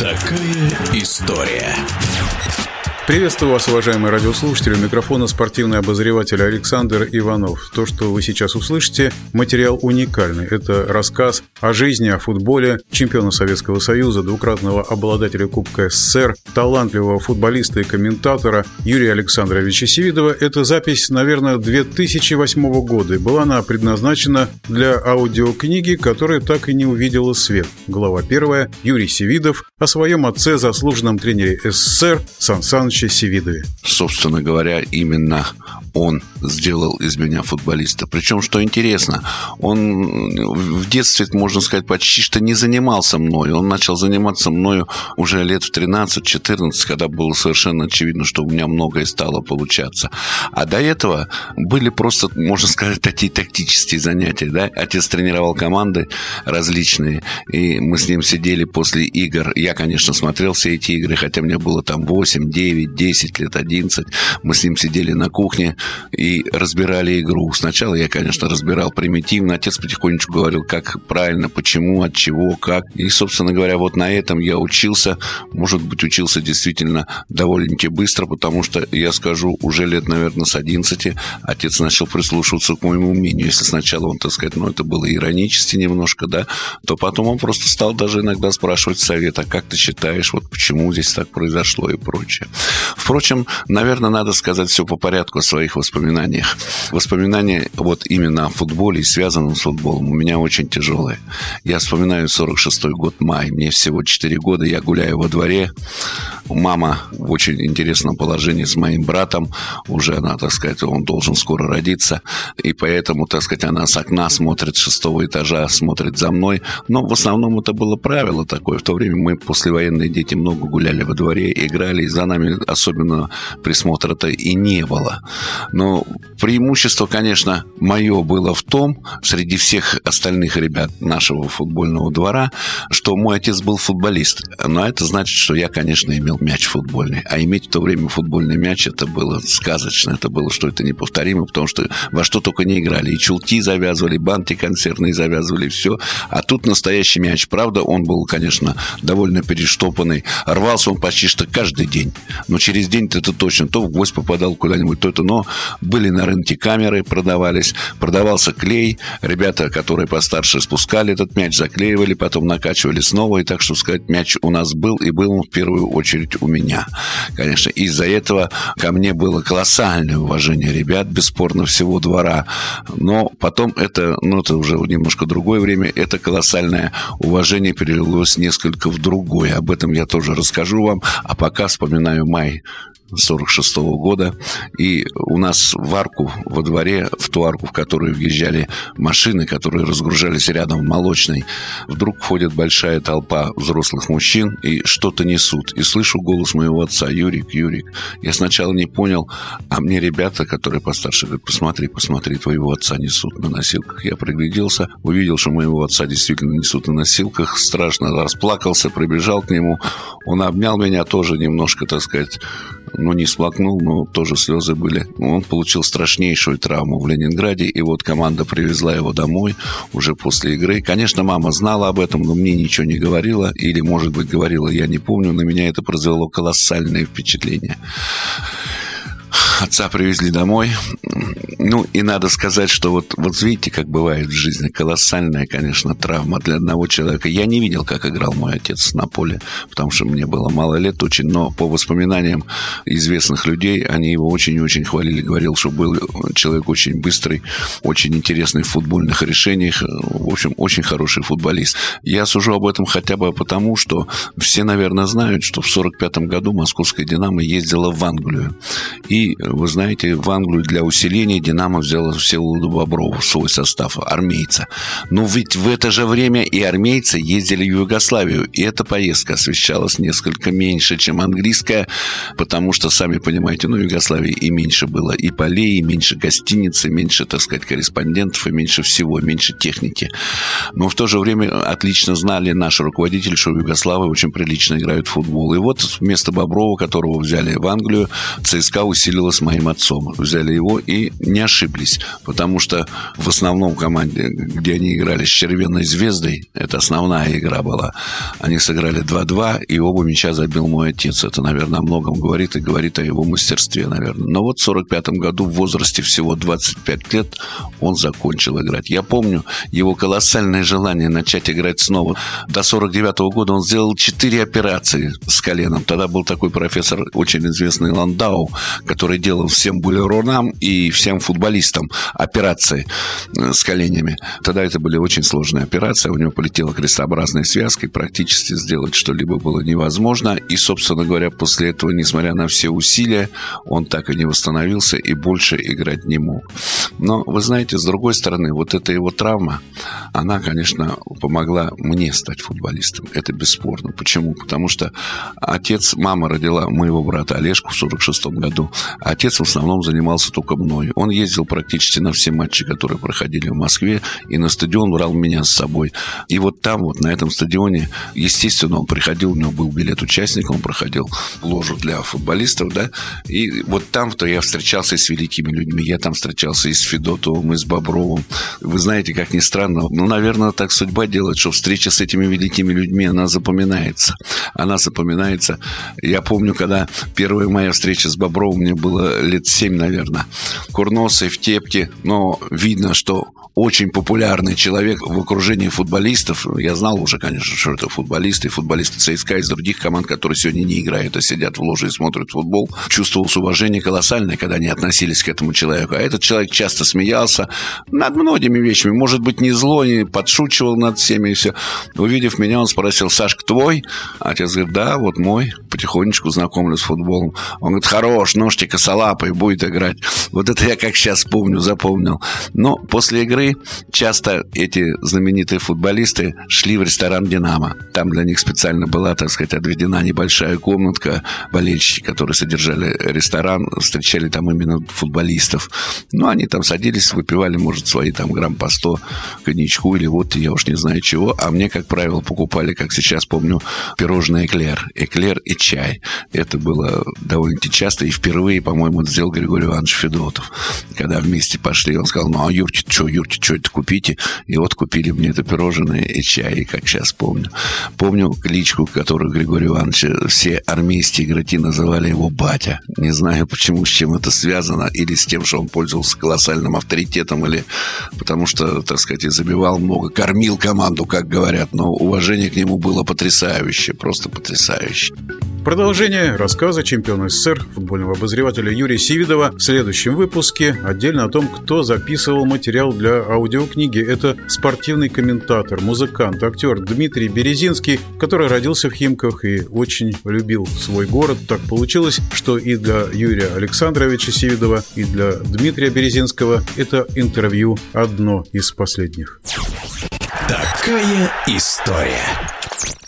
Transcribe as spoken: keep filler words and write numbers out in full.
Такая история. Приветствую вас, уважаемые радиослушатели. У микрофона спортивный обозреватель Александр Иванов. То, что вы сейчас услышите, материал уникальный. Это рассказ о жизни, о футболе чемпиона Советского Союза, двукратного обладателя Кубка СССР, талантливого футболиста и комментатора Юрия Александровича Севидова. Это запись, наверное, две тысячи восьмого года. И была она предназначена для аудиокниги, которая так и не увидела свет. Глава первая. Юрий Севидов о своем отце, заслуженном тренере СССР Сан Саныче Севидове. Собственно говоря, именно он сделал из меня футболиста. Причем, что интересно, он в детстве, можно сказать, почти что не занимался мной. Он начал заниматься мною уже лет в тринадцать-четырнадцать, когда было совершенно очевидно, что у меня многое стало получаться. А до этого были просто, можно сказать, такие тактические занятия. Да? Отец тренировал команды различные, и мы с ним сидели после игр. Я, конечно, смотрел все эти игры, хотя мне было там восемь, девять, десять лет, одиннадцать. Мы с ним сидели на кухне и разбирали игру. Сначала я, конечно, разбирал примитивно. Отец потихонечку говорил, как правильно, почему, от чего, как. И, собственно говоря, вот на этом я учился. Может быть, учился действительно довольно-таки быстро, потому что, я скажу, уже лет, наверное, с одиннадцати отец начал прислушиваться к моему мнению. Если сначала он, так сказать, ну, это было иронически немножко, да, то потом он просто стал даже иногда спрашивать совет, а как ты считаешь, вот почему здесь так произошло и прочее. Впрочем, наверное, надо сказать все по порядку о своих воспоминаниях. Воспоминания вот именно о футболе и связанном с футболом у меня очень тяжелые. Я вспоминаю сорок шестой год, май. Мне всего четыре года, я гуляю во дворе. Мама в очень интересном положении с моим братом. Уже она, так сказать, он должен скоро родиться. И поэтому, так сказать, она с окна смотрит с шестого этажа, смотрит за мной. Но в основном это было правило такое. В то время мы, послевоенные дети, много гуляли во дворе, играли, и за нами особенно присмотра-то и не было. Но преимущество, конечно, мое было в том, среди всех остальных ребят нашего футбольного двора, что мой отец был футболист. Но это значит, что я, конечно, имел мяч футбольный. А иметь в то время футбольный мяч, это было сказочно. Это было что-то неповторимо, потому что во что только не играли. И чулки завязывали, банты консервные завязывали, все. А тут настоящий мяч. Правда, он был, конечно, довольно перештопанный. Рвался он почти что каждый день. Но через день-то это точно. То в гвоздь попадал куда-нибудь, то это. Но были на рынке камеры, продавались. Продавался клей. Ребята, которые постарше, спускали этот мяч, заклеивали, потом накачивали снова. И так что сказать, мяч у нас был, и был он в первую очередь у меня. Конечно, из-за этого ко мне было колоссальное уважение ребят, бесспорно, всего двора. Но потом это, ну, это уже немножко другое время, это колоссальное уважение перелилось несколько в другое. Об этом я тоже расскажу вам. А пока вспоминаю май сорок шестого года, и у нас в арку во дворе, в ту арку, в которую въезжали машины, которые разгружались рядом в молочной, вдруг входит большая толпа взрослых мужчин и что-то несут. И слышу голос моего отца: Юрик, Юрик. Я сначала не понял, а мне ребята, которые постарше, говорят: посмотри, посмотри, твоего отца несут на носилках. Я пригляделся, увидел, что моего отца действительно несут на носилках, страшно расплакался, прибежал к нему, он обнял меня тоже немножко, так сказать, ну, не сплакнул, но тоже слезы были. Он получил страшнейшую травму в Ленинграде, и вот команда привезла его домой уже после игры. Конечно, мама знала об этом, но мне ничего не говорила, или, может быть, говорила, я не помню. На меня это произвело колоссальное впечатление. Отца привезли домой. Ну, и надо сказать, что вот, вот видите, как бывает в жизни. Колоссальная, конечно, травма для одного человека. Я не видел, как играл мой отец на поле, потому что мне было мало лет очень. Но по воспоминаниям известных людей, они его очень и очень хвалили. Говорил, что был человек очень быстрый, очень интересный в футбольных решениях. В общем, очень хороший футболист. Я сужу об этом хотя бы потому, что все, наверное, знают, что в сорок пятом году московская «Динамо» ездила в Англию. И, вы знаете, в Англию для усиления «Динамо» взяла Всеволода Боброва в свой состав, армейца. Но ведь в это же время и армейцы ездили в Югославию. И эта поездка освещалась несколько меньше, чем английская, потому что, сами понимаете, ну, в Югославии и меньше было и полей, и меньше гостиниц, и меньше, так сказать, корреспондентов, и меньше всего, меньше техники. Но в то же время отлично знали наши руководители, что югославы очень прилично играют в футбол. И вот вместо Боброва, которого взяли в Англию, ЦСКА усилилась с моим отцом. Взяли его и не ошиблись, потому что в основном команде, где они играли с «Червеной звездой», это основная игра была, они сыграли два-два, и оба мяча забил мой отец. Это, наверное, о многом говорит и говорит о его мастерстве, наверное. Но вот в сорок пятом году, в возрасте всего двадцать пять лет, он закончил играть. Я помню его колоссальное желание начать играть снова. До сорок девятого года он сделал четыре операции с коленом. Тогда был такой профессор, очень известный, Ландау, который делал всем булеронам и всем футболистам операции с коленями. Тогда это были очень сложные операции. У него полетела крестообразная связка, и практически сделать что-либо было невозможно. И, собственно говоря, после этого, несмотря на все усилия, он так и не восстановился и больше играть не мог. Но, вы знаете, с другой стороны, вот эта его травма, она, конечно, помогла мне стать футболистом. Это бесспорно. Почему? Потому что отец, мама родила моего брата Олежку в сорок шестом году. А отец в основном занимался только мной. Он ездил практически на все матчи, которые проходили в Москве, и на стадион брал меня с собой. И вот там, вот на этом стадионе, естественно, он приходил, у него был билет участника, он проходил ложу для футболистов, да, и вот там-то я встречался с великими людьми. Я там встречался и с Федотовым, и с Бобровым. Вы знаете, как ни странно, ну, наверное, так судьба делает, что встреча с этими великими людьми, она запоминается. Она запоминается. Я помню, когда первая моя встреча с Бобровым, мне было лет семь, наверное. Курносый, в кепке, но видно, что очень популярный человек в окружении футболистов. Я знал уже, конечно, что это футболисты, футболисты ЦСКА из других команд, которые сегодня не играют, а сидят в ложе и смотрят футбол. Чувствовалось уважение колоссальное, когда они относились к этому человеку. А этот человек часто смеялся над многими вещами. Может быть, не зло, не подшучивал над всеми и все. Увидев меня, он спросил: «Сашка, твой?» Отец говорит: «Да, вот мой». Потихонечку знакомлю с футболом. Он говорит: «Хорош, ножки косолапый, будет играть». Вот это я как сейчас помню, запомнил. Но после игры часто эти знаменитые футболисты шли в ресторан «Динамо». Там для них специально была, так сказать, отведена небольшая комнатка. Болельщики, которые содержали ресторан, встречали там именно футболистов. Ну, они там садились, выпивали, может, свои там грамм по сто коньячку или вот я уж не знаю чего. А мне, как правило, покупали, как сейчас помню, пирожное «Эклер». «Эклер» и чай. Это было довольно-таки часто. И впервые, по-моему, это сделал Григорий Иванович Федотов. Когда вместе пошли, он сказал: «Ну, а Юрчик, что, Юрчик, что это купите?» И вот купили мне это пирожное и чай, как сейчас помню. Помню кличку, которую Григорий Иванович, все армейские игроки называли его «Батя». Не знаю, почему, с чем это связано. Или с тем, что он пользовался колоссальным авторитетом, или потому что, так сказать, и забивал много, кормил команду, как говорят. Но уважение к нему было потрясающее, просто потрясающее. Продолжение рассказа чемпиона СССР, футбольного обозревателя Юрия Сивидова в следующем выпуске. Отдельно о том, кто записывал материал для аудиокниги. Это спортивный комментатор, музыкант, актер Дмитрий Березинский, который родился в Химках и очень любил свой город. Так получилось, что и для Юрия Александровича Сивидова, и для Дмитрия Березинского это интервью одно из последних. Такая история.